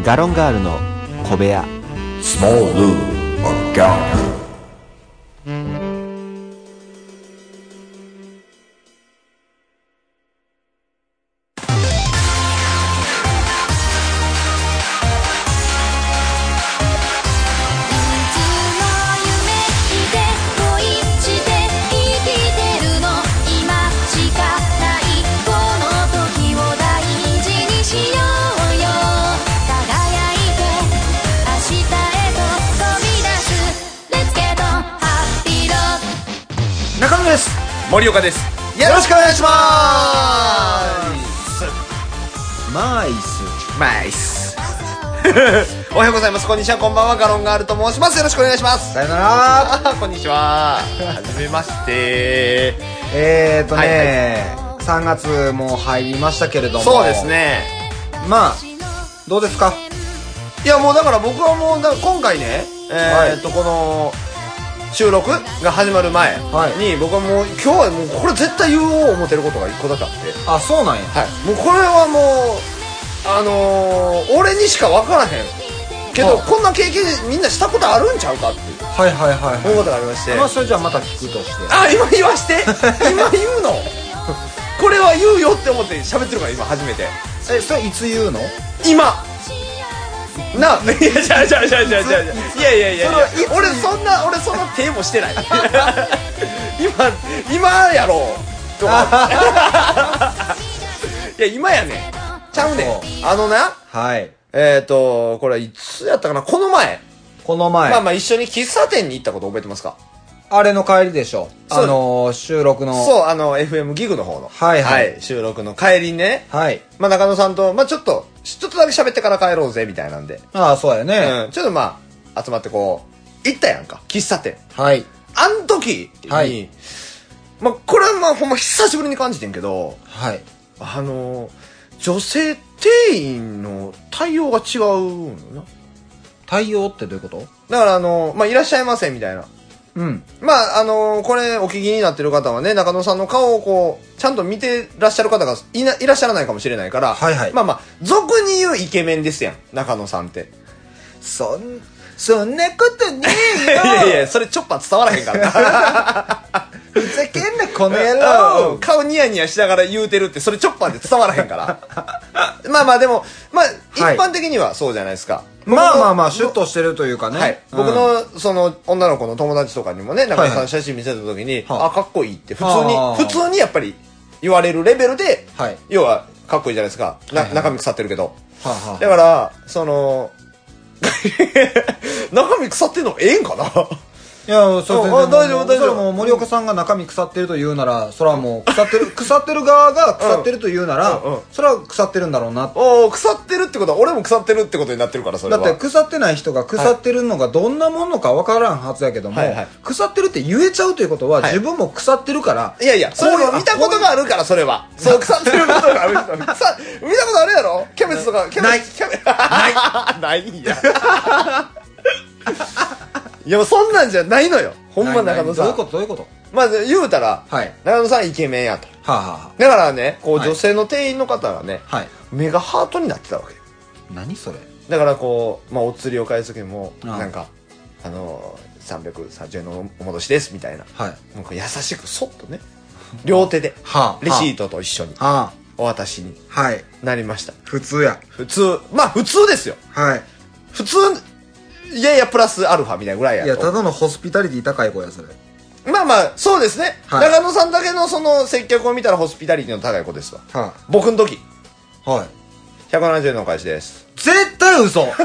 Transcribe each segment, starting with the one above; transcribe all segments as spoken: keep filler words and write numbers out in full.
ガロンガールの小部屋。 Small Lou or Gallo. 森岡です。 よろしくお願いします。 マイスマイスおはようございます。こんにちは、こんばんは。ガロンガールと申します。よろしくお願いします。 さよなら。 こんにちは。はじめましてえーとね、 はいはい、 さんがつも入りましたけれども。 そうですね。 まあどうですか。 いやもうだから僕はもうだ今回ね、えーっと、はい、この収録が始まる前に、はい、僕はもう今日はもうこれ絶対言おう思ってることが一個だけあって。 あ、そうなんや。 はい、もうこれはもうあのー、俺にしか分からへんけど、こんな経験みんなしたことあるんちゃうかっていう、 はいはいはいはい、 そういうことがありまして、 まあそれじゃあまた聞くとして。 あ、今言わして今言うのこれは言うよって思って喋ってるから今初めて。 え、それいつ言うの。今な、いや、じゃあじゃあじゃあじゃあじゃあいやいやいやいや、俺そんな俺そんな手もしてない今今やろうとかいや今やねちゃうねん。あのな、 はい、 えっとこれいつやったかな、この前この前まあまあ一緒に喫茶店に行ったこと覚えてますか。 あれの帰りでしょ。あのー、収録の。 そう、あの エフエム ギグの方の、 はいはい、 はい、収録の帰りにね、 はい、 まあ中野さんとまあちょっとちょっとだけ喋ってから帰ろうぜみたいなんで。 ああ、そうやね、 うん、ちょっとまあ集まってこう行ったやんか、喫茶店。 はい。 あん時に、はい、まあこれはまあほんま久しぶりに感じてんけど、 はい、 あのー、女性店員の対応が違うのな。 対応ってどういうこと。 だからあのー、まあいらっしゃいませみたいな。 うん、 まああのー、これお聞きになってる方はね、中野さんの顔をこうちゃんと見てらっしゃる方が い, ないらっしゃらないかもしれないから、 はいはい、 まあまあ俗に言うイケメンですやん、中野さんって。 そんそんなことねえよいやいや、それチョッパー伝わらへんからなふざけんなこの野郎、 うんうん、顔ニヤニヤしながら言うてるってそれチョッパーで伝わらへんからまあまあでもまあ、はい、一般的にはそうじゃないですか。 まあまあまあシュッとしてるというかね、はい、 うん、僕のその女の子の友達とかにもね、中野さん写真見せた時に、はいはい、あ、かっこいいって普通に普通にやっぱり言われるレベルで、はい、要はかっこいいじゃないですか、な、はいはい、中身腐ってるけど、はあはあ、だからその中身腐ってんのええんかな。 いや、それ大丈夫大丈夫。もう森岡さんが中身腐ってると言うなら、それはもう腐ってる腐ってる側が腐ってると言うなら、うんうん、それは腐ってるんだろうな。 おお、腐ってるってことは俺も腐ってるってことになってるから、それは。 だって腐ってない人が腐ってるのがどんなものか分からんはずやけども、はいはい、腐ってるって言えちゃうということは、はい、自分も腐ってるから。 いやいや、それは見たことがあるから、それは。そう、腐ってることがある人。見たことあるやろ。キャベツとかキャベツキャベツないないんや。いや、そんなんじゃないのよ、ほんま。中野さんどういうことどういうこと。 まあ言うたら、はい、中野さんイケメンやと、はあはあ、だからね、こう、はい、女性の店員の方がね、はい、目がハートになってたわけよ。 何それ。 だからこう、まあ、お釣りを返す時もなんかあのー、さんびゃくさんじゅうえんのお戻しですみたいな、はい、なんか優しくそっとね、両手で、はあ、レシートと一緒に、はあ、お渡しになりました、はい、 普通や。 普通、まあ普通ですよ、はい、普通。いやいやプラスアルファみたいなぐらいやと。 いや、ただのホスピタリティ高い子や、それ。 まあまあそうですね、はい、中野さんだけのその接客を見たらホスピタリティの高い子ですわ、はあ、僕の時、はい、ひゃくななじゅうえんのお返しです。 絶対嘘や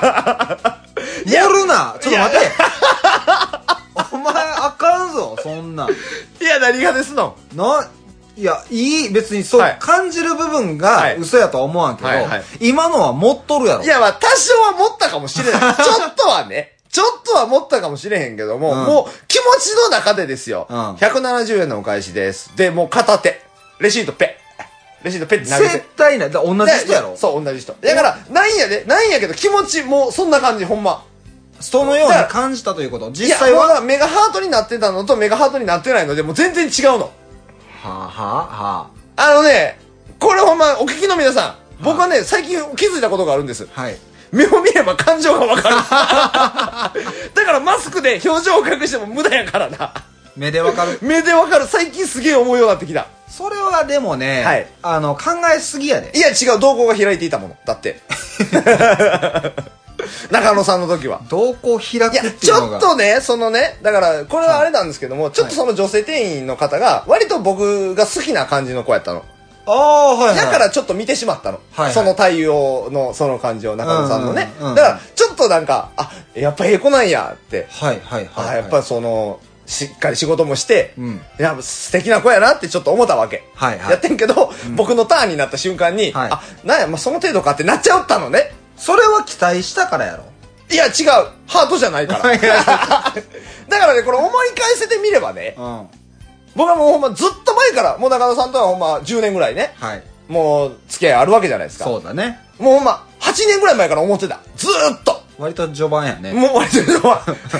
るな。ちょっと待てお前あかんぞ、そんな。 いや、何がですの。 ないや、いい、別にそう、はい、感じる部分が嘘やとは思わんけど、はいはい、今のは持っとるやろ。 いや、まあ多少は持ったかもしれないちょっとはね、ちょっとは持ったかもしれへんけども、うん、もう気持ちの中でですよ、うん、ひゃくななじゅうえんのお返しですで、もう片手レシートペッレシートペッて投げて。 絶対ない。だ同じ人やろ。 そう、同じ人だから、なんやでなんやけど気持ちもうそんな感じ、ほんまそのように感じたということ。実際はメガハートになってたのとメガハートになってないのでもう全然違うの。 はあはあはあ。あのね、これほんまお聞きの皆さん、僕はね、最近気づいたことがあるんです。はい。 目を見れば感情がわかる。だからマスクで表情を隠しても無駄やからな。 目でわかる。 目でわかる。最近すげえ思うようになってきた。 それはでもね、はい、あの、考えすぎやで。 いや違う、瞳孔が開いていたもの。だって。中野さんの時は。 瞳孔開くっていうのが。 ちょっとね、そのね、だから、これはあれなんですけども、はい、ちょっとその女性店員の方が、割と僕が好きな感じの子やったの。 ああ、はい、はい。 だからちょっと見てしまったの。はい、はい、その対応の、その感じを、中野さんのね。 うんうんうん、 だから、ちょっとなんか、あ、やっぱええ子なんやって。 はい、はい、はい。 あ、やっぱその、しっかり仕事もして、うん、いや、素敵な子やなってちょっと思ったわけ。はい、はい。やってんけど、うん、僕のターンになった瞬間に、はい、あ、なんや、まあ、その程度かってなっちゃったのね。 それは期待したからやろ。 いや、違う。ハートじゃないから。だからね、これ思い返せてみればね、うん、僕はもうほんまずっと前から、もう中野さんとはほんまじゅうねんぐらいね、はい、もう付き合いあるわけじゃないですか。 そうだね。 もうほんまはちねんぐらい前から思ってた。ずーっと。 割と序盤やね。 もう割と序盤。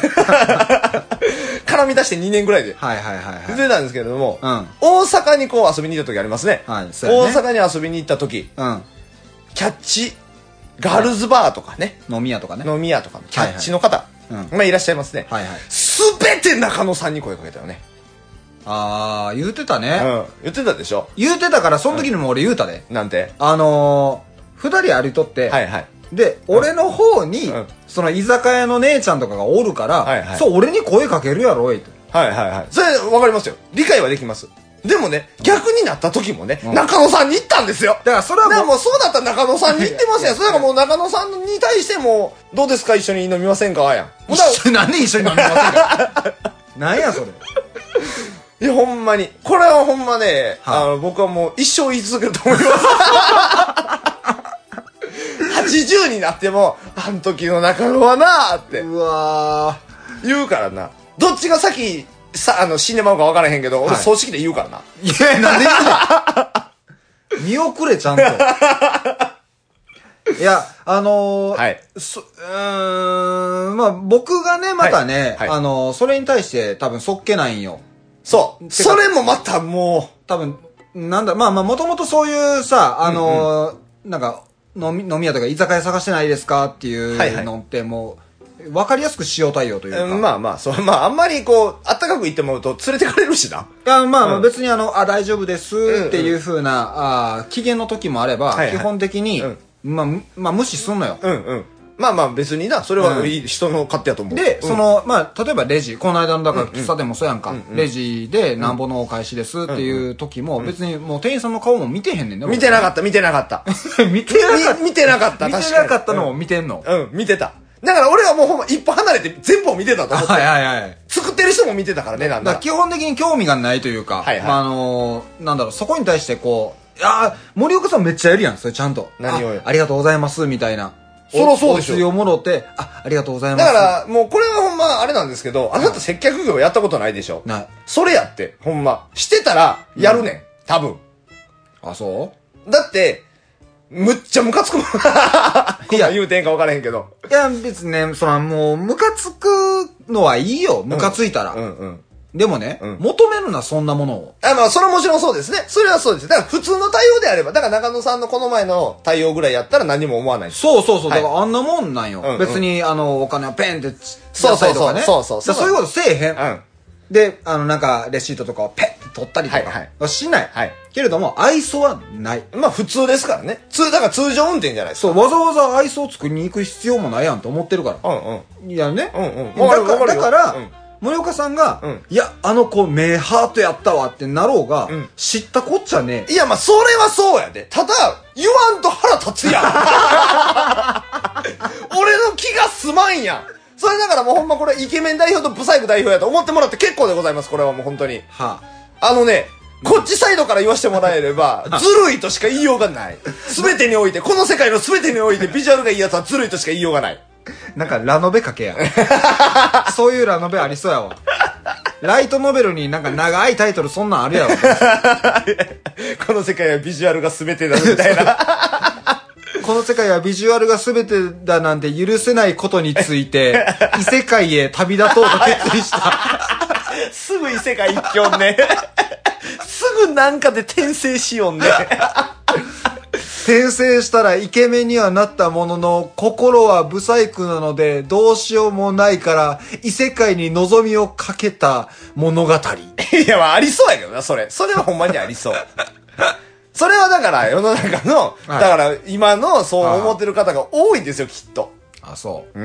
絡み出してにねんぐらいで。 はいはいはいはい。 出たんですけれども、うん、大阪にこう遊びに行った時ありますね。はい、そうやね。大阪に遊びに行った時、うん、キャッチ、ガールズバーとかね。 飲み屋とかね。 飲み屋とか、キャッチの方、はいはい、まあいらっしゃいますね。はいはい。すべて中野さんに声かけたよね。 あー、言うてたね。 うん。言ってたでしょ。 言うてたから、その時にも俺言うたで。 うん、なんてあのー、二人歩いとって、はいはい。で、うん、俺の方に、うん、その居酒屋の姉ちゃんとかがおるから、はいはい、そう、俺に声かけるやろ、いと。 はいはいはい。それ、わかりますよ。理解はできます。でもね、逆になった時もね、うん、中野さんに行ったんですよ。 だからそれはもう、 だからもうそうだったら中野さんに行ってますやん。それがもう中野さんに対しても、どうですか一緒に飲みませんかやん。 一緒に、なんで一緒に飲みませんかなんやそれ。 いや、ほんまに。これはほんまね、はあ、あの、僕はもう一生言い続けると思います。はちじゅうになっても、あの時の中野はなーって。 うわー。言うからな。どっちが先、さ、あの、死んでまうか分からへんけど、はい、俺葬式で言うからな。 いや、なんで言うの見送れ、ちゃんと。いや、あのー、はい。そ、うーん、まあ、僕がね、またね、はいはい、あのー、それに対して多分そっけないんよ。 そう。それもまたもう。 多分、なんだ、まあまあ、もともとそういうさ、あのー、うんうん、なんか、飲み、飲み屋とか居酒屋探してないですかっていうのってもう、はいはい、分かりやすく使用対応というか。 まあまあ、そう、まああんまりこう、あったかく言ってもらうと連れてかれるしな。 いや、まあ、うん、別にあの、あ、大丈夫ですっていう風な、うんうん、あ機嫌の時もあれば、はいはい、基本的に、うん、まあ、まあ無視すんのよ。 うんうん。まあまあ別にな、それはいい人の勝手やと思う。 で、うん、その、まあ、例えばレジ、この間のだから喫茶店もそうやんか、うんうん、レジでなんぼのお返しですっていう時も、別にもう店員さんの顔も見てへんねんね。 見てなかった、見てなかった。 見てなかった。 見てなかった、 見てなかったのを見てんの。 うん、見てた。だから俺はもうほんま一歩離れて全部を見てたと思って。 はいはいはい。 作ってる人も見てたからね、なんだ。 だから基本的に興味がないというか、はいはい、まあ、あのー、なんだろう、そこに対してこう、いや森岡さんめっちゃやるやん、それちゃんと。 何をあ, ありがとうございます、みたいな。 そらそうでしょ。 お釣りをもろって、あ、ありがとうございます。 だから、もうこれはほんまあれなんですけど、あなた接客業やったことないでしょ。 ない。 それやって、ほんま。してたら、やるねん。うん、多分。 あ、そうだって、むっちゃムカつくもん。いや、言うてんか分からへんけど。 いや、別にね、そらもう、ムカつくのはいいよ。ムカついたら。うん、うん、うん。でもね、うん、求めるな、そんなものを。 あ、まあ、それはもちろんそうですね。それはそうです。だから、普通の対応であれば、だから中野さんのこの前の対応ぐらいやったら何も思わない。 そうそうそう。はい、だから、あんなもんなんよ。うんうん、別に、あの、お金をペンって、 そうそうそう。そうそうそう。 そういうことせえへん。うん。で、あの、なんか、レシートとかをペッて取ったりとかはしない。はいはい。けれども、愛想はない。 まあ、普通ですからね。通、だから通常運転じゃないですか。 そう、わざわざ愛想を作りに行く必要もないやんと思ってるから。うんうん。いやね。うんうん。だから、だから、うん森岡さんが、うん、いや、あの子、目ハートやったわってなろうが、うん、知ったこっちゃねえ。いや、まあ、それはそうやで。ただ、言わんと腹立つやん。俺の気が済まんやん。それだからもうほんまこれ、イケメン代表とブサイク代表やと思ってもらって結構でございます。これはもう本当に。はあ、あのね、こっちサイドから言わせてもらえれば、ずるいとしか言いようがない。すべてにおいて、この世界のすべてにおいてビジュアルがいいやつはずるいとしか言いようがない。 なんかラノベ書けや。そういうラノベありそうやわ。ライトノベルになんか長いタイトルそんなんあるやろ。 この世界はビジュアルが全てだみたいな。 この世界はビジュアルが全てだなんて許せないことについて、異世界へ旅立とうと決意した。 すぐ異世界行きよんね。すぐなんかで転生しよんね。 転生したらイケメンにはなったものの、心はブサイクなので、どうしようもないから、異世界に望みをかけた物語。 いや、まあ、ありそうやけどな、それ。それはほんまにありそう。それはだから、世の中の、はい、だから、今の、そう思ってる方が多いんですよ、きっと。 あ、そう。 うん。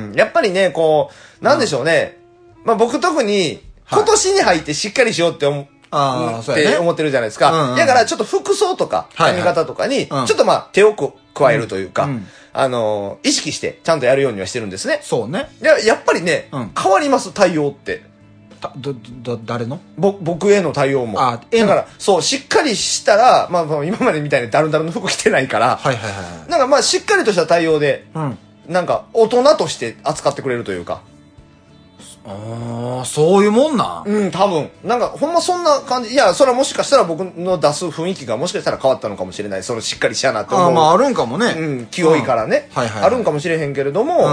やっぱりね、こう、なんでしょうね。うん、まあ、僕特に、今年に入ってしっかりしようって思う。ああ、そうやね。って思ってるじゃないですか。うんうん、だからちょっと服装とか髪型とかに、ちょっとまあ手を加えるというか、うんうん、あのー、意識してちゃんとやるようにはしてるんですね。 そうね。 や、やっぱりね、うん、変わります、対応って。 た、ど、ど、誰のぼ、僕への対応も。あ、だから、そう、しっかりしたら、まあ、今までみたいにダルダルの服着てないから、はいはいはい。なんかまあ、しっかりとした対応で、うん、なんか、大人として扱ってくれるというか。 ああ、そういうもんな。 うん、多分。なんか、ほんまそんな感じ。いや、それはもしかしたら僕の出す雰囲気がもしかしたら変わったのかもしれない。そのしっかりしやなって思う。ああ、 まあ、あるんかもね。 うん、清いからね。うん、はいはい、はい。あるんかもしれへんけれども、うん、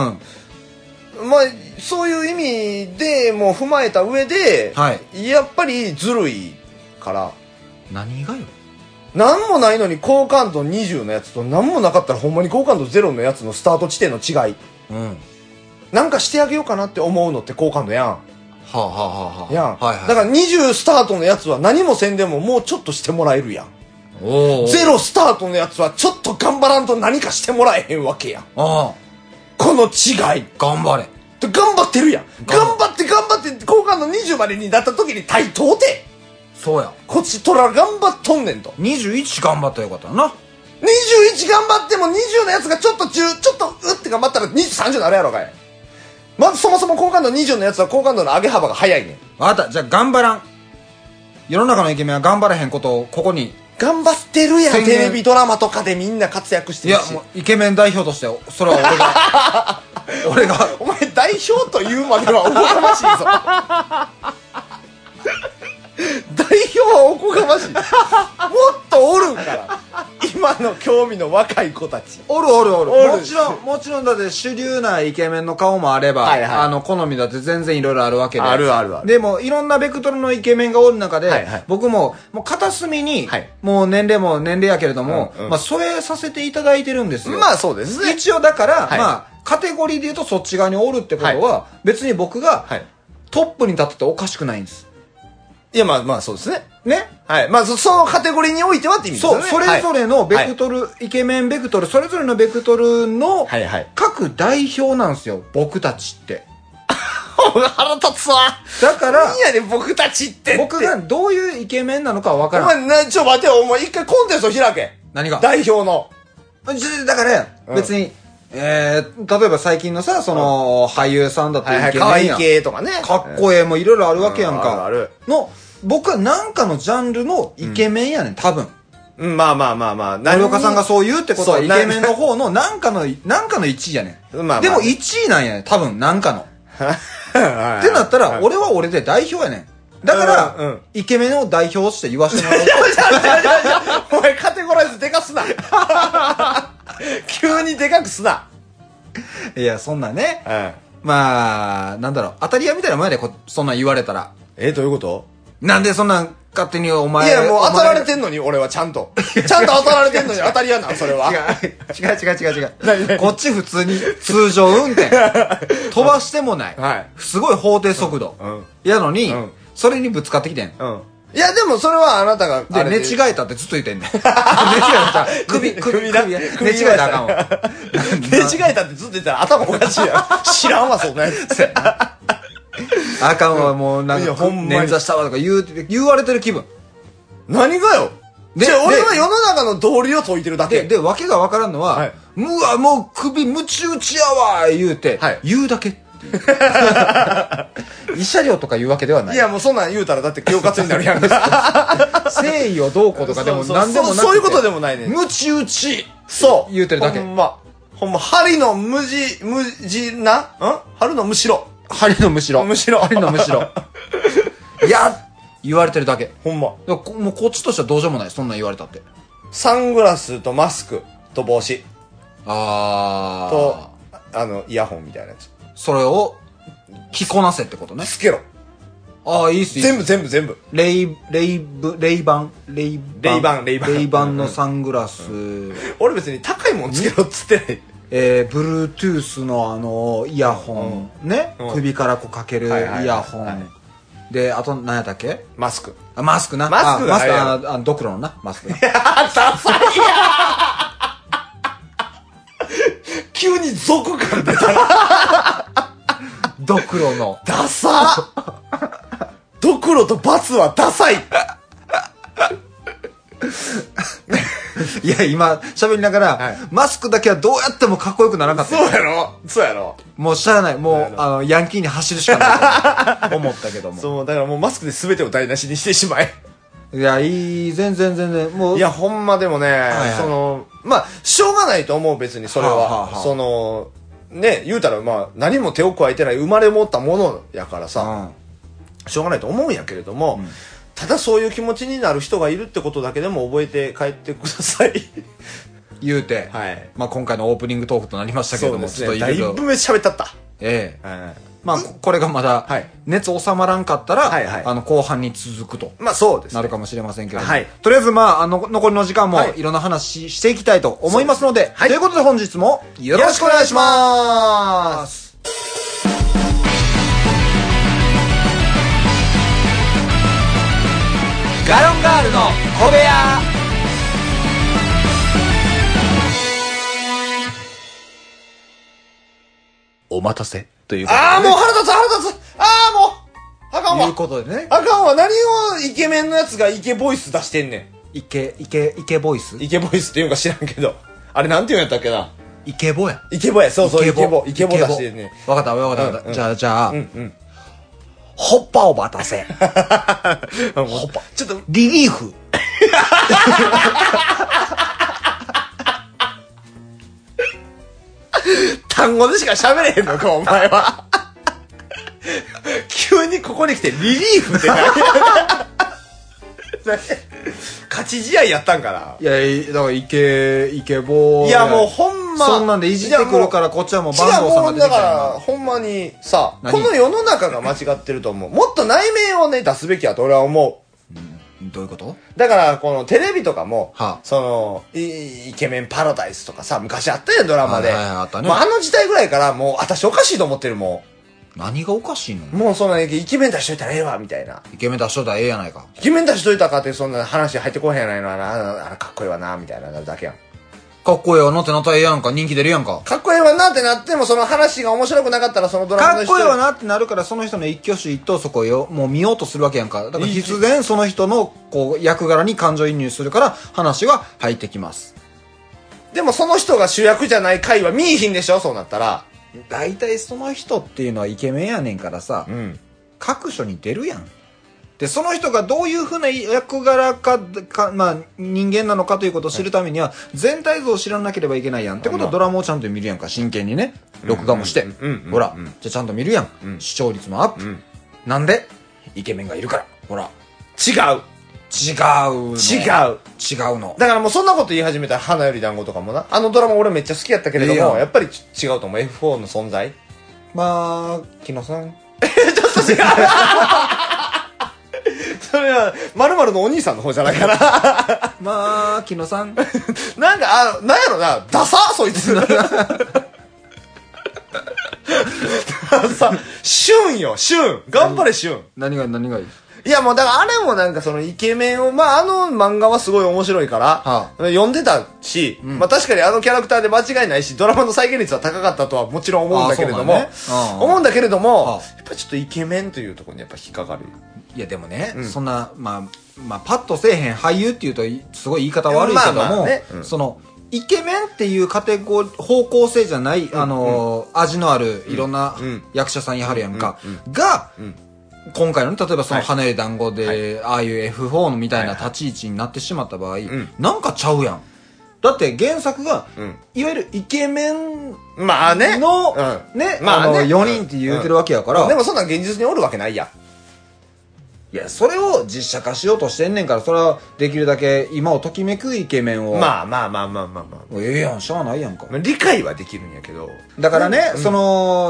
まあ、そういう意味でもう踏まえた上で、はい、やっぱりずるいから。 何がよ。 何もないのに好感度にじゅうのやつと何もなかったらほんまに好感度ゼロのやつのスタート地点の違い。うん。なんかしてあげようかなって思うのって好感度やん。はあ、はあはあはあ、 やん。はいはい。だからにじゅうスタートのやつは何もせんでももうちょっとしてもらえるやん。おゼロスタートのやつはちょっと頑張らんと何かしてもらえへんわけやん。ああ。この違い。 頑張れ。 頑張ってるやん。頑張って頑張って好感度にじゅうまでになった時に対等で。 そうや。 こっちとら頑張っとんねんと。 にじゅういち頑張ったらよかったな。 にじゅういち頑張ってもにじゅうのやつがちょっとじゅう、ちょっとうって頑張ったらにじゅう、さんじゅうなるやろかい。まずそもそも好感度にじゅうのやつは好感度の上げ幅が早いねん。 わかった。じゃあ頑張らん。世の中のイケメンは頑張らへんことをここに。 頑張ってるやん。テレビドラマとかでみんな活躍してるし。 いや、もうイケメン代表として、それは俺が。俺が。 お前代表と言うまではおこがましいぞ。代表はおこがましい。もっとおるんから今の興味の若い子たちおるおるおる。おるもちろんもちろんだって主流なイケメンの顔もあれば、はいはい、あの好みだって全然いろいろあるわけであるあるある。 でもいろんなベクトルのイケメンがおる中で、はいはい、僕ももう片隅に、はい、もう年齢も年齢やけれども、うんうん、まあ添えさせていただいてるんですよ。 まあそうですね。 一応だから、はい、まあカテゴリーで言うとそっち側におるってことは、はい、別に僕が、はい、トップに立ってておかしくないんです。 いや、まあまあそうですね。 ね。 はい。まあそ、そのカテゴリーにおいてはって意味ですよね。 そう、それぞれのベクトル、はい、イケメンベクトル、それぞれのベクトルの、はいはい。各代表なんですよ、僕たちって。 腹立つわ。 だから、 いやね、僕たちってって。 僕がどういうイケメンなのかは分からん。お前、ちょ、待てよ、お前一回コンテスト開け。 何が代表の。 だから、うん、別に、えー、例えば最近のさ、その、俳優さんだってイケメンやん。 可愛い系とかね。 かっこええもいろいろあるわけやんか。うん、あるある。の、僕はなんかのジャンルのイケメンやねん、多分。 うん、まあまあまあまあ。 森岡さんがそう言うってことはイケメンの方のなんかの、なんかのいちいやねん。まあまあ、でもいちいなんやねん、多分、なんかの。ってなったら、俺は俺で代表やねん。だから、うんうん、イケメンを代表して言わせてもらうと。お前カテゴライズでかすな。急にでかくすな。 いや、そんなね。うん、まあ、なんだろう、当たり屋みたいな前でこそんなん言われたら。 え、どういうこと？ なんでそんなん勝手にお前。 いや、もう当たられてんのに、俺はちゃんと。ちゃんと当たられてんのに当たり屋な、それは。 違う、違う違う違う違う。こっち普通に通常運転。飛ばしてもない。はい。すごい法定速度。うん。やのに、うん、それにぶつかってきてん。うん。 いや、でもそれはあなたが。 で、寝違えたってずっと言ってんねん。寝違えた。首、首、首だ。寝違えたらあかんわ。 寝違えたってずっと言ったら頭おかしいやん。知らんわ、そんなやつ。 あかんわ、もうなんか、捻挫したわとか言う、言われてる気分。 何がよ。で、俺は世の中の道理を解いてるだけ。 で、で、わけがわからんのは、うわ、もう首ムチ打ちやわ言うて、言うだけ。慰謝料とか言うわけではない。 いや、もうそんなん言うたらだって恐喝になるやん。 誠意をどうこうとかでも何でもなくて。 そういうことでもないね。 ムチ打ちそう言うてるだけ。 ほんま。ほんま、針の無地、無地な、ん針のむしろ。 針のむしろ。 むしろ。 針のむしろ。いや、言われてるだけ。 ほんま。 もうこっちとしてはどうしようもない。そんなん言われたって。 サングラスとマスクと帽子。 あー。 と、あの、イヤホンみたいなやつ。 それを着こなせってことね。 つけろ。 ああ、いいっす、いいっす。 全部全部全部。 レイ、レイブ、レイバンレイバン。レイバン、レイバン。 レイバンのサングラス。 俺別に高いもんつけろっつってない。 えー、Bluetooth のあの、イヤホン。ね。首からこうかけるイヤホン。で、あと何やったっけ？ マスク。 あ、マスクな。 マスクがマスク、あの、ドクロのな、マスクな。 いやー、ダサいやー急に俗感出たな。 ドクロの。 ダサドクロとバツはダサい。 いや、今、喋りながら、はい、マスクだけはどうやってもかっこよくならなかった。 そうやろそうやろもうしゃあない。もう、あの、ヤンキーに走るしかないと思ったけども。 そう、だからもうマスクで全てを台無しにしてしまえ。 いや、いい、全然全然、もう。 いや、ほんまでもね、はいはい、その、まあ、しょうがないと思う、別にそれは。はあはあ、その、ね、言うたら、まあ、何も手を加えてない、生まれ持ったものやからさ、うん、しょうがないと思うんやけれども、うん、ただそういう気持ちになる人がいるってことだけでも覚えて帰ってください。 言うて、はい、まあ今回のオープニングトークとなりましたけども、 そうですね、だいぶめっちゃ喋ったった。 ええ。はい、まあ、これがまだ、熱収まらんかったら、はいはい、あの、後半に続くと。 まあそうです、ね。 なるかもしれませんけども。はい、とりあえず、まあ、あの、残りの時間も、いろんな話していきたいと思いますので、はい、ということで本日も、よろしくお願いします。ガロンガールの小部屋。お待たせということで、ね、 ああもう腹立つ腹立つああもうあかんわということでねあかんわ何をイケメンのやつがイケボイス出してんねんイケイケイケボイスイケボイスって言うんか知らんけどあれなんて言うんやったっけなイケボやイケボやそうそうイケボイケボ出してんねん分かった分かった分かった、うんうん、じゃあじゃあ、うんうん、ホッパお待たせホッパちょっとリリーフ単語でしか喋れへんのかお前は急にここに来てリリーフって何勝ち試合やったんかないやだからイケイケボーいやもうほんまそんなんでいじってくるからこっちはもう番号さんが出てきただからほんまにさこの世の中が間違ってると思うもっと内面をね出すべきやと俺は思う、 うん、どういうことだからこのテレビとかも、はあ、そのイケメンパラダイスとかさ昔あったやんドラマで、はいはいはいあったねまあ、あの時代ぐらいからもう私おかしいと思ってるもん何がおかしいのもうそんなイケメン出しといたらええわみたいなイケメン出しといたらええやないかイケメン出しといたかってそんな話入ってこへんやないのあらあらかっこいいわなみたいなだけやんかっこいいわなってなったらええやんか人気出るやんかかっこいいわなってなってもその話が面白くなかったらそのドラマの人かっこいいわなってなるからその人の一挙手一投足をよもう見ようとするわけやんかだから必然その人のこう役柄に感情移入するから話は入ってきますでもその人が主役じゃない回は見えひんでしょそうなったら大体その人っていうのはイケメンやねんからさ、うん、各所に出るやんでその人がどういうふうな役柄かか、まあ、人間なのかということを知るためには、はい、全体像を知らなければいけないやんってことはドラマをちゃんと見るやんか真剣にね録画もしてほらじゃあちゃんと見るやん、うん、視聴率もアップ、うん、なんでイケメンがいるからほら違う違うの違う違うのだからもうそんなこと言い始めたら花より団子とかもなあのドラマ俺めっちゃ好きやったけれどもやっぱり違うと思う エフフォー の存在まあ木野さんちょっと違うそれは〇〇のお兄さんの方じゃないかなまあ木野さんなんかあなんやろなダサそいつダサ旬よ旬頑張れ旬何が何がいいいやもうだからあれもなんかそのイケメンをまああの漫画はすごい面白いから、はあ、読んでたし、うん、まあ確かにあのキャラクターで間違いないしドラマの再現率は高かったとはもちろん思うんだけれども、ねああ、思うんだけれども、はあ、やっぱちょっとイケメンというところにやっぱ引っかかるいやでもね、うん、そんなまあまあパッとせえへん俳優っていうとすごい言い方悪いけども、まあまあねうん、そのイケメンっていうカテゴリー方向性じゃない、うん、あの、うん、味のあるいろんな役者さんやはるやんか、うんうん、が、うん今回のね、例えばその花より団子で、はい、ああいう エフフォー のみたいな立ち位置になってしまった場合、はいはい、なんかちゃうやん。だって原作が、うん、いわゆるイケメンの、 まあね、 うん、ね、まあね、よにんって言うてるわけやから、 うんうん。でもそんな現実におるわけないやん。いや、それを実写化しようとしてんねんから、それはできるだけ今をときめくイケメンを。 まあまあまあまあまあまあ。 ええやん、しゃあないやんか。 理解はできるんやけど。 だからね、うん、その、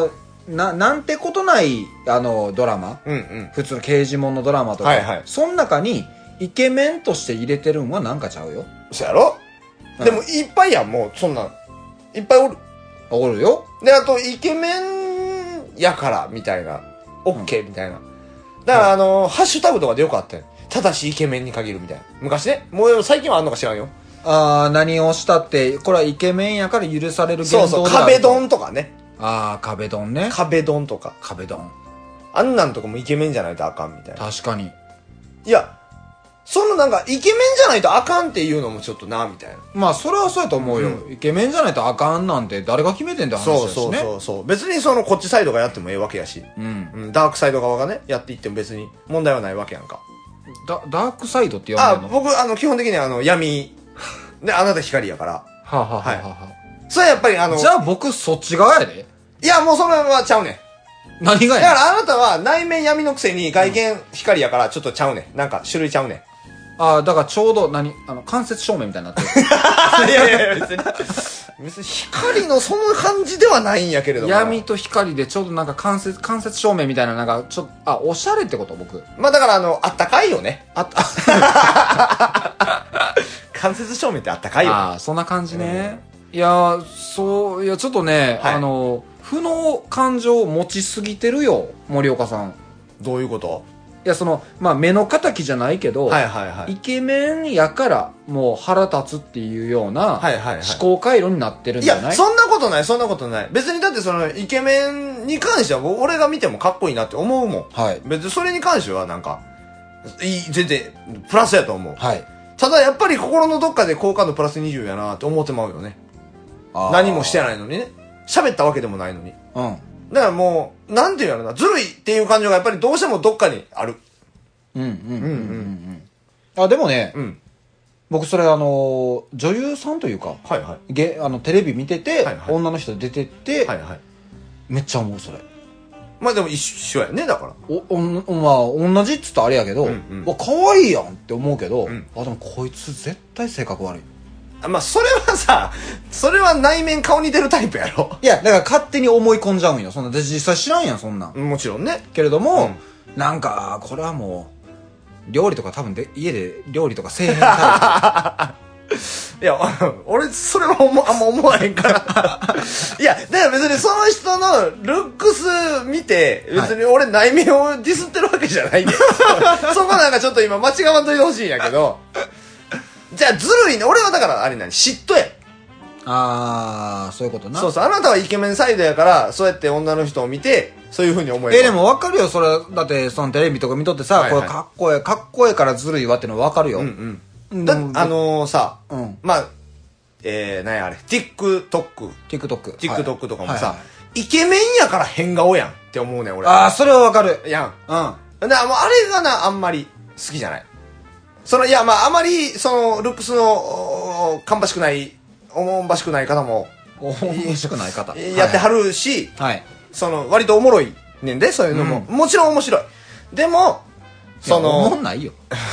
な、なんてことない、あの、ドラマ、うんうん、普通の刑事物のドラマとか、はいはい、その中に、イケメンとして入れてるんはなんかちゃうよ。 そやろ、うん、でも、いっぱいやん、もう、そんな、いっぱいおる。 おるよ。 で、あと、イケメンやから、みたいな、オッケーみたいな。だから、あの、ハッシュタグとかでよくあったよ。ただしイケメンに限るみたいな。昔ね。もう最近はあんのか知らんよ。 ああ、何をしたって、これはイケメンやから許される言動だ。 そうそう、壁ドンとかね。 ああ、壁ドンね。 壁ドンとか。 壁ドン。 あんなんとかもイケメンじゃないとあかんみたいな。 確かに。 いや、そのなんか、イケメンじゃないとあかんっていうのもちょっとな、みたいな。 まあ、それはそうやと思うよ。うん、イケメンじゃないとあかんなんて誰が決めてんだ話だしね。 そうそうそうそう。別にその、こっちサイドがやってもええわけやし。うん。うん、ダークサイド側がね、やっていっても別に問題はないわけやんか。 ダ, ダークサイドって呼んでるの？ あ、僕、あの、基本的にはあの、闇。で、あなた光やから。はあ、はあはあはあ、 それはやっぱりあの。 じゃあ僕そっち側やで。 いや、もうそれはちゃうねん。何がやねん。 だからあなたは内面闇のくせに外見光やからちょっとちゃうねん。なんか種類ちゃうねん。 ああ、だからちょうど何あの、間接照明みたいになってる。 いやいやいや、別に。別に光のその感じではないんやけれども。 闇と光でちょうどなんか間接、間接照明みたいななんかちょっと、あ、おしゃれってこと僕。 まあだからあの、あったかいよね。あった。間接照明ってあったかいよね。 ああ、そんな感じね。うん、いや、そう、いやちょっとね、はい、あの、負の感情を持ちすぎてるよ、森岡さん。 どういうこと？ いや、その、まあ、目の敵じゃないけど、はいはいはい、イケメンやからもう腹立つっていうような思考回路になってるんじゃない？いや、 そんなことない、そんなことない。別にだってその、イケメンに関しては俺が見てもかっこいいなって思うもん。はい。別にそれに関してはなんか、いい、全然、プラスやと思う。はい。ただやっぱり心のどっかで好感度プラスにじゅうやなって思ってまうよね。何もしてないのにね。喋ったわけでもないのに。うん。だからもう、なんていうやろな、ずるいっていう感情がやっぱりどうしてもどっかにある。うんうんうんうんうん。 あ、でもね、うん、僕それあの、女優さんというか、はいはい。げあのテレビ見てて、はいはい、女の人出てって、はいはい。めっちゃ思う、それ。 まあでも一緒やね、だから。 お、お、まあ、同じっつったらあれやけど、うんうん、わ、可愛いやんって思うけど、うん、あ、でもこいつ絶対性格悪い。 まあ、それはさ、それは内面顔に出るタイプやろ。 いや、だから勝手に思い込んじゃうんよ。そんな、実際知らんやん、そんなん。 もちろんね。 けれども、うん、なんか、これはもう、料理とか多分で、家で料理とかせえへんタイプ。いや、俺、それは思あんま思わへんから。いや、だから別にその人のルックス見て、別に俺内面をディスってるわけじゃないんで。そこなんかちょっと今間違わんといてほしいんやけど、じゃあずるいね。俺はだからあれ何嫉妬や。 ああ、そういうことな。 そうそう。あなたはイケメンサイドやから、そうやって女の人を見て、そういう風に思える。 え、でも分かるよ。それ、だってそのテレビとか見とってさ、はいはい、これかっこええ、かっこええからずるいわっての分かるよ。うんうん。だ、あのー、さ、うん、まあ、えー、何やあれ、TikTok。 TikTok。 TikTok とかもさ、はいはいはい、イケメンやから変顔やんって思うね、俺。 ああ、それは分かる。 やん。うん。だからもうあれがな、あんまり好きじゃない。その、いや、まあ、あまり、その、ルックスの、芳しくない、おもんばしくない方も、 おもんばしくない方。 やってはるし、はい。その、割とおもろいねんで、そういうのも。うん、もちろん面白い。でも、その、 おもんないよ。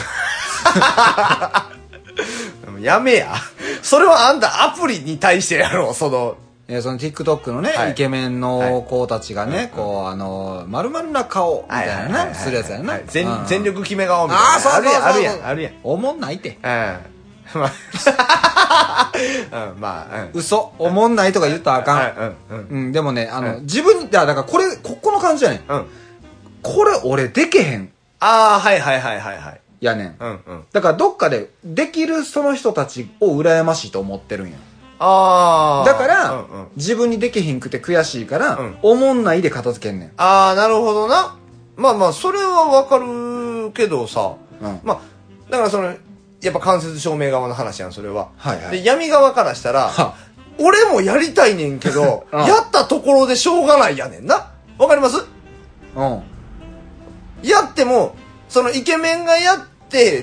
やめや。それはあんたアプリに対してやろう、その、 えその TikTok のね、はい、イケメンの子たちがね、はい、こう、あの、丸々な顔、みたいなね、するやつやな、はい。 全、うん、全力決め顔みたいな。ああ、そうそうそう。あるやん、あるやん。 おもんないって。うん。 まあ、うん、まあ、 うん、嘘。おもんないとか言ったらあかん。うん、うん。うん、でもね、あの、うん、自分に、だからこれ、ここの感じやねん。うん。これ俺でけへん。 ああ、はいはいはいはいはい。 やねん。うんうん。だからどっかでできるその人たちを羨ましいと思ってるんや。 ああ。 だから、うんうん、自分にできひんくて悔しいから、うん、おもんないで片付けんねん。 ああ、なるほどな。まあまあ、それはわかるけどさ、うん、まあ、だからその、やっぱ間接照明側の話やん、それは。はいはい。で、闇側からしたら、俺もやりたいねんけど、うん、やったところでしょうがないやねんな。わかります？うん。やっても、そのイケメンがやって、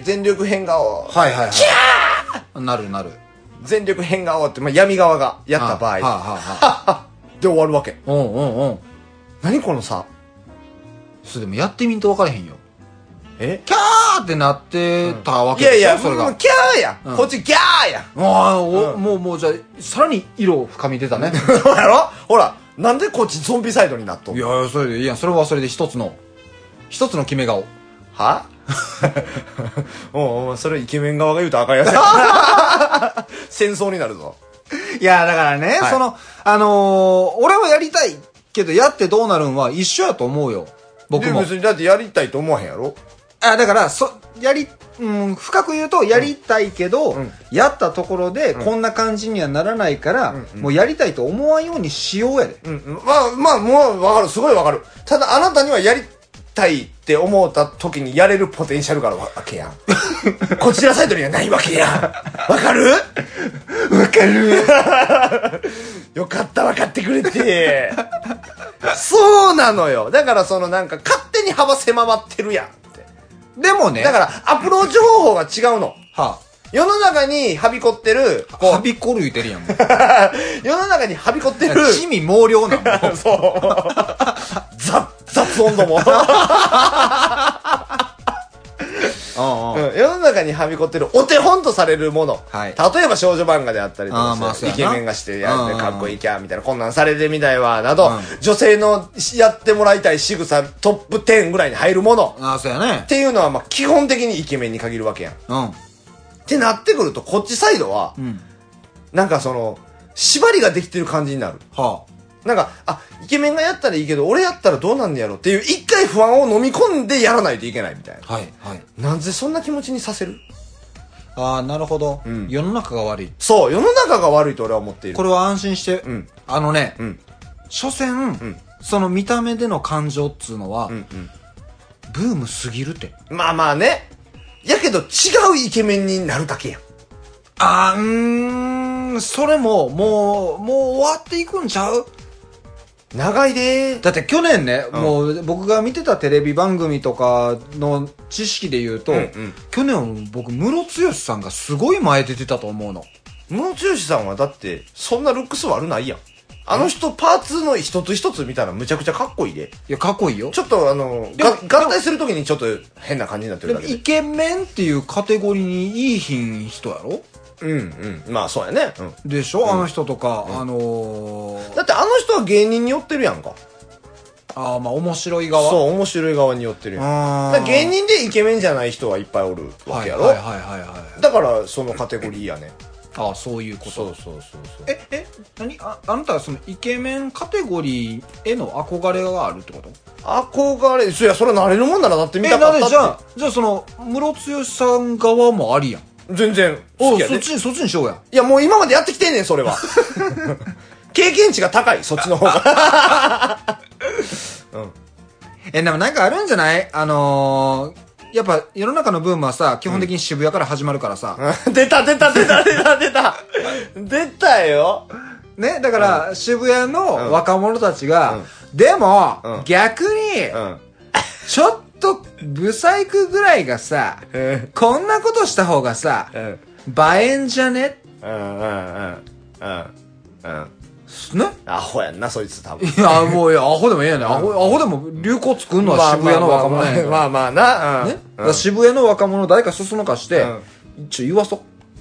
全力変顔。 はいはいはい。キャーなるなる。 全力変顔って、まあ、闇側がやった場合。はあはあはあ、で終わるわけ。うんうんうん。何この差。 それでもやってみんと分からへんよ。えキャーってなってたわけでしょ、 いやいや、 それが。 もうキャーや、うん、こっちギャーや。 ああ、うん、もう、もうじゃあ、さらに色深み出たね。 そうやろほら、 なんでこっちゾンビサイドになっとんの？いや、それでいいやん。それはそれで一つの、一つの決め顔。 はおうおう、それイケメン側が言うとあかんやつ戦争になるぞ。 いや、だからね、はい、その、あのー、俺はやりたいけど、やってどうなるんは一緒やと思うよ。僕も。 別にだってやりたいと思わへんやろ？ あ、だから、そ、やり、うん、深く言うと、やりたいけど、うん、やったところで、こんな感じにはならないから、うん、もうやりたいと思わんようにしようやで。 うん、まあ、まあ、もうわかる。すごいわかる。ただ、あなたにはやりたいって思った時にやれるポテンシャルがあるわけやん。こちらサイドにはないわけやん。わかる？ わかる。 よかった、わかってくれて。そうなのよ。だからそのなんか勝手に幅狭まってるやんって。 でもね。 だからアプローチ方法が違うの。はあ、世の中にはびこってる。 はびこる言うてるやん。 世の中にはびこってる。 地味猛量なの。 そう。雑、雑音度も。うんうん、世の中にはびこってるお手本とされるもの、はい、例えば少女漫画であったりとか、まあ、イケメンがしてやってかっこいいキャーみたいな、こんなんされてみたいわなど、うん、女性のやってもらいたい仕草トップじゅうぐらいに入るもの、 あ、そうやね、 っていうのはまあ基本的にイケメンに限るわけやん、うん、ってなってくるとこっちサイドは、うん、なんかその縛りができてる感じになる、はあ、なんか、あ、イケメンがやったらいいけど、俺やったらどうなんねやろっていう、一回不安を飲み込んでやらないといけないみたいな。はい、はい。なんでそんな気持ちにさせる？ ああ、なるほど、うん。世の中が悪い。 そう、世の中が悪いと俺は思っている。 これは安心して、うん、あのね、うん、所詮、うん、その見た目での感情っつうのは、うんうん、ブームすぎるって。 まあまあね。やけど違うイケメンになるだけやん。 あー、うーん、それも、もう、もう終わっていくんちゃう？ 長いでー。 だって去年ね、うん、もう僕が見てたテレビ番組とかの知識で言うと、うんうん、去年僕ムロツヨシさんがすごい前出てたと思うの。 ムロツヨシさんはだってそんなルックス悪ないやん。あの人パーツの一つ一つ見たらむちゃくちゃかっこいいで。 いや、かっこいいよ。 ちょっとあのが合体するときにちょっと変な感じになってるだけで。 イケメンっていうカテゴリーにいいひん人やろ。 うんうん、まあそうやね、うん、 でしょ、うん、あの人とか、うん、あのー、 だってあの人は芸人に寄ってるやんか。 ああ、まあ面白い側。 そう、面白い側に寄ってるやん。だ芸人でイケメンじゃない人はいっぱいおるわけやろ。はいはいはいはい、はい、だからそのカテゴリーやね。 ああ、そういうこと。 そうそうそうそう。 ええ何 あ, あなたはそのイケメンカテゴリーへの憧れがあるってこと？ 憧れ、そりゃそれなれるもんならだって見たかったって。 じゃあじゃあそのムロツヨシさん側もありやん。 全然好きやで。 そっちにそっちにしようや。 いやもう今までやってきてんねんそれは。経験値が高いそっちの方が。 うん。えでもなんかあるんじゃない？あのー、やっぱ世の中のブームはさ基本的に渋谷から始まるからさ。 うん、出た出た出た出た出た出たよ。 ね、だから、うん、渋谷の若者たちが、うん、でも、うん、逆に、うん、ちょっとブサイクぐらいがさ、うん、こんなことした方がさ、うん、映えんじゃね？うんうんうんうんうんね、 アホやんなそいつ多分。 いやもういやアホでもええやねん。アホ、アホでも流行作るのは渋谷の若者やねん。 まあまあな、 ね、うん、渋谷の若者誰かそそのかして、うん、ちょ言わそう。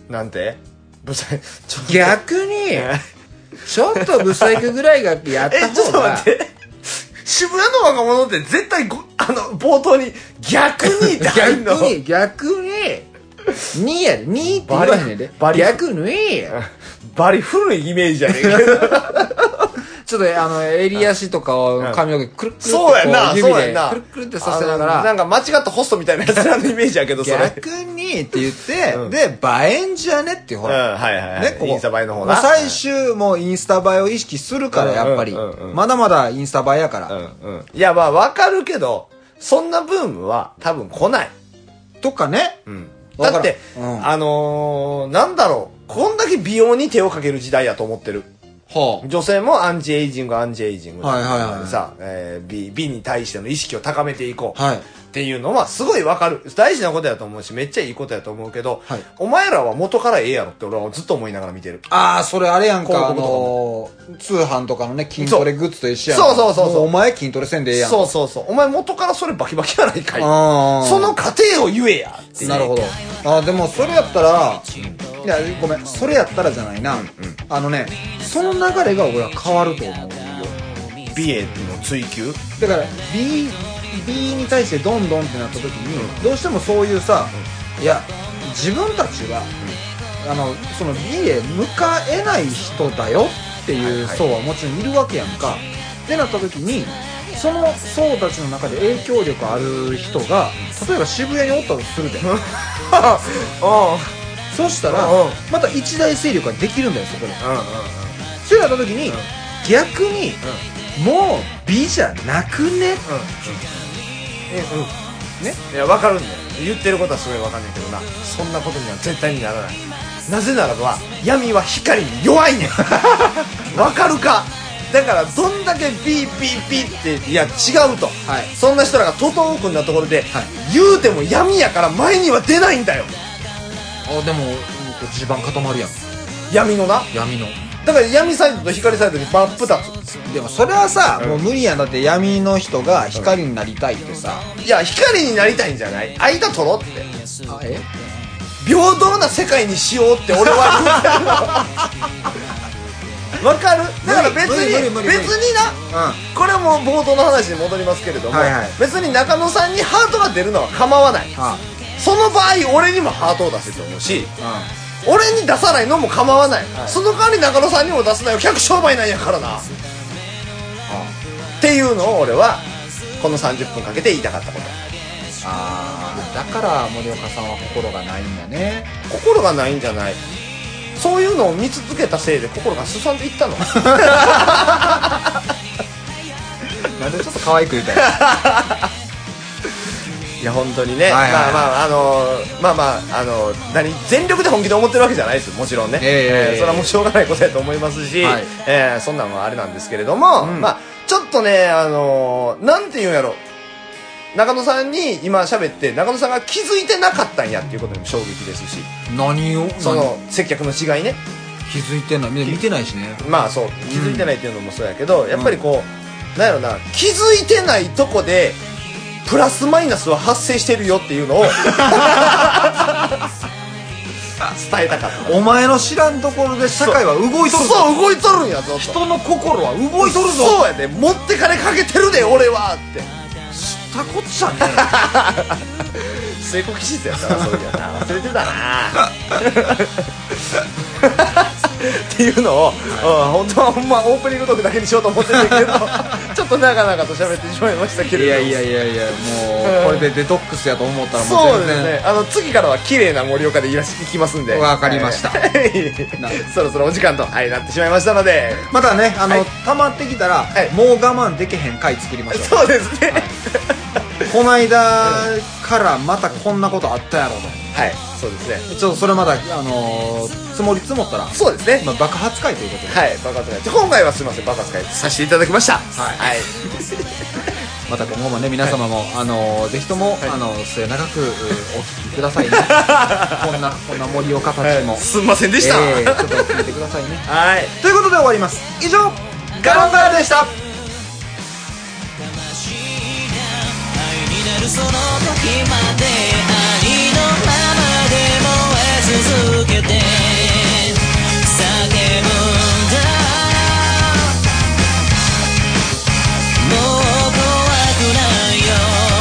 なんて？ブサイ逆にちょっとブサイクぐらいがやった方が。え、ちょっと待って。 渋谷の若者って絶対ご、あの、冒頭に逆にって入んの？ 逆に、逆に、にやで、にって言わへんねんで。逆に、 バリ古いイメージじゃねえけど。 ちょっとあの、襟足とかを髪の毛くるくるってそうやな、そうやな。 くるくるってさせながら。 なんか間違ったホストみたいなやつらのイメージやけど、それ。 逆にって言って、うん、で、映えんじゃねっていうほら。 うん、はいはいはい。ね、ここインスタ映えの方な。 最終もうインスタ映えを意識するから、やっぱり。うんうんうん、まだまだインスタ映えやから。うんうん。いや、まあわかるけど、そんなブームは多分来ない。 とかね。 うん。だって、うん、あのー、なんだろう。こんだけ美容に手をかける時代やと思ってる。はあ、女性もアンチエイジングアンチエイジング、はいはいはい、さ、えー、美, 美に対しての意識を高めていこう、はい、っていうのはすごいわかる大事なことやと思うしめっちゃいいことやと思うけど、はい、お前らは元からええやろって俺はずっと思いながら見てる。 ああそれあれやんか、あのー、通販とかのね筋トレグッズと一緒やん。 そうそうそうそう。 お前筋トレせんでええやん。 そうそうそう。お前元からそれバキバキやないかい。その過程を言えやって。 なるほど。あでもそれやったら、うん、いやごめんそれやったらじゃないな、うんうん、あのねその流れが俺は変わると思うよ。 美への追求だから美美に対してどんどんってなった時に、うん、どうしてもそういうさ、うん、いや自分たちは、うん、あのその美へ向かえない人だよっていう層はもちろんいるわけやんか、はいはい、ってなった時にその層たちの中で影響力ある人が例えば渋谷におったとするでそしたらまた一大勢力ができるんだよそこで、うんうんうん、そうなった時に、うん、逆に、うん、もう美じゃなくね、うんうんえうん、ねいや分かるんだよ言ってることはすごい分かんないけどなそんなことには絶対にならないなぜならば闇は光に弱いねん分かるかだからどんだけピーピーピーっていや違うと、はい、そんな人らが徒党を組んだところで、はい、言うても闇やから前には出ないんだよあでも地盤固まるやん闇のな闇のだから闇サイドと光サイドにバップ立つでもそれはさ、うん、もう無理やんだって闇の人が光になりたいってさ、 うん、いや光になりたいんじゃない間取ろってあえ平等な世界にしようって俺はわかるだから別に別にな、うん、これも冒頭の話に戻りますけれども、はいはい、別に中野さんにハートが出るのは構わない、はあ、その場合俺にもハートを出せと思うし、うん、俺に出さないのも構わない、はい、その代わり中野さんにも出すなよ客商売なんやからな、はあ、っていうのを俺はこのさんじゅっぷんかけて言いたかったことああだから森岡さんは心がないんだね心がないんじゃないそういうのを見続けたせいで心がすさんでいったのなんでちょっと可愛く言うたよいや本当にね、はいはいはい、まあまああのー、まあまああのー、何全力で本気で思ってるわけじゃないですもちろんね、えーえー、それはもうしょうがないことやと思いますし、はいえー、そんなんはあれなんですけれども、うん、まあちょっとねあのー、なんていうんやろ中野さんに今喋って中野さんが気づいてなかったんやっていうことにも衝撃ですし何をその接客の違いね気づいてない見てないしねまあそう気づいてないっていうのもそうやけど、うん、やっぱりこうなんやろな気づいてないとこでプラスマイナスは発生してるよっていうのを伝えたかったお前の知らんところで社会は動いとるぞそう動いとるんやぞ人の心は動いとるぞそうやで持って金かけてるで俺はって知ったこっちゃね成功気質やったなそういうやな忘れてたなっていうのを、はい、うん、本当はほんまオープニングトークだけにしようと思ってたけどちょっと長々と喋ってしまいましたけれどいやいやいやいやもうこれでデトックスやと思ったらもう全然そうですねあの次からは綺麗な盛岡でいらし行きますんでわかりました、はい、 そろそろお時間と、はい、なってしまいましたのでまたねあの、 はい、 溜まってきたら、はい、もう我慢できへん回作りましょうそうですね、はいこの間からまたこんなことあったやろとはいそうですねちょっとそれまだ、あのー、積もり積もったらそうですね、 まあ、爆発会ということではい爆発会今回はすみません爆発会させていただきましたはい、はい、 また今後もね皆様も、はい、あのー、ぜひとも、はい、あの末永くお聞きくださいねこんなこんな森岡たちも、はい、 すんませんでした、 えー、ちょっと聞いてくださいねはいということで終わります以上ガロンガールでしたその時までありのままで燃え続けて叫ぶんだもう怖くないよ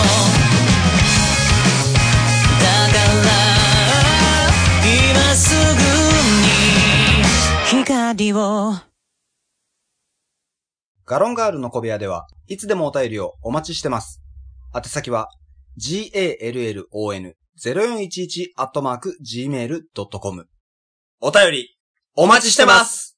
だから今すぐに光をガロンガールの小部屋ではいつでもお便りをお待ちしてます宛先は ガロンゼロよんいちいち アットマーク ジーメール ドットコムお便りお待ちしてます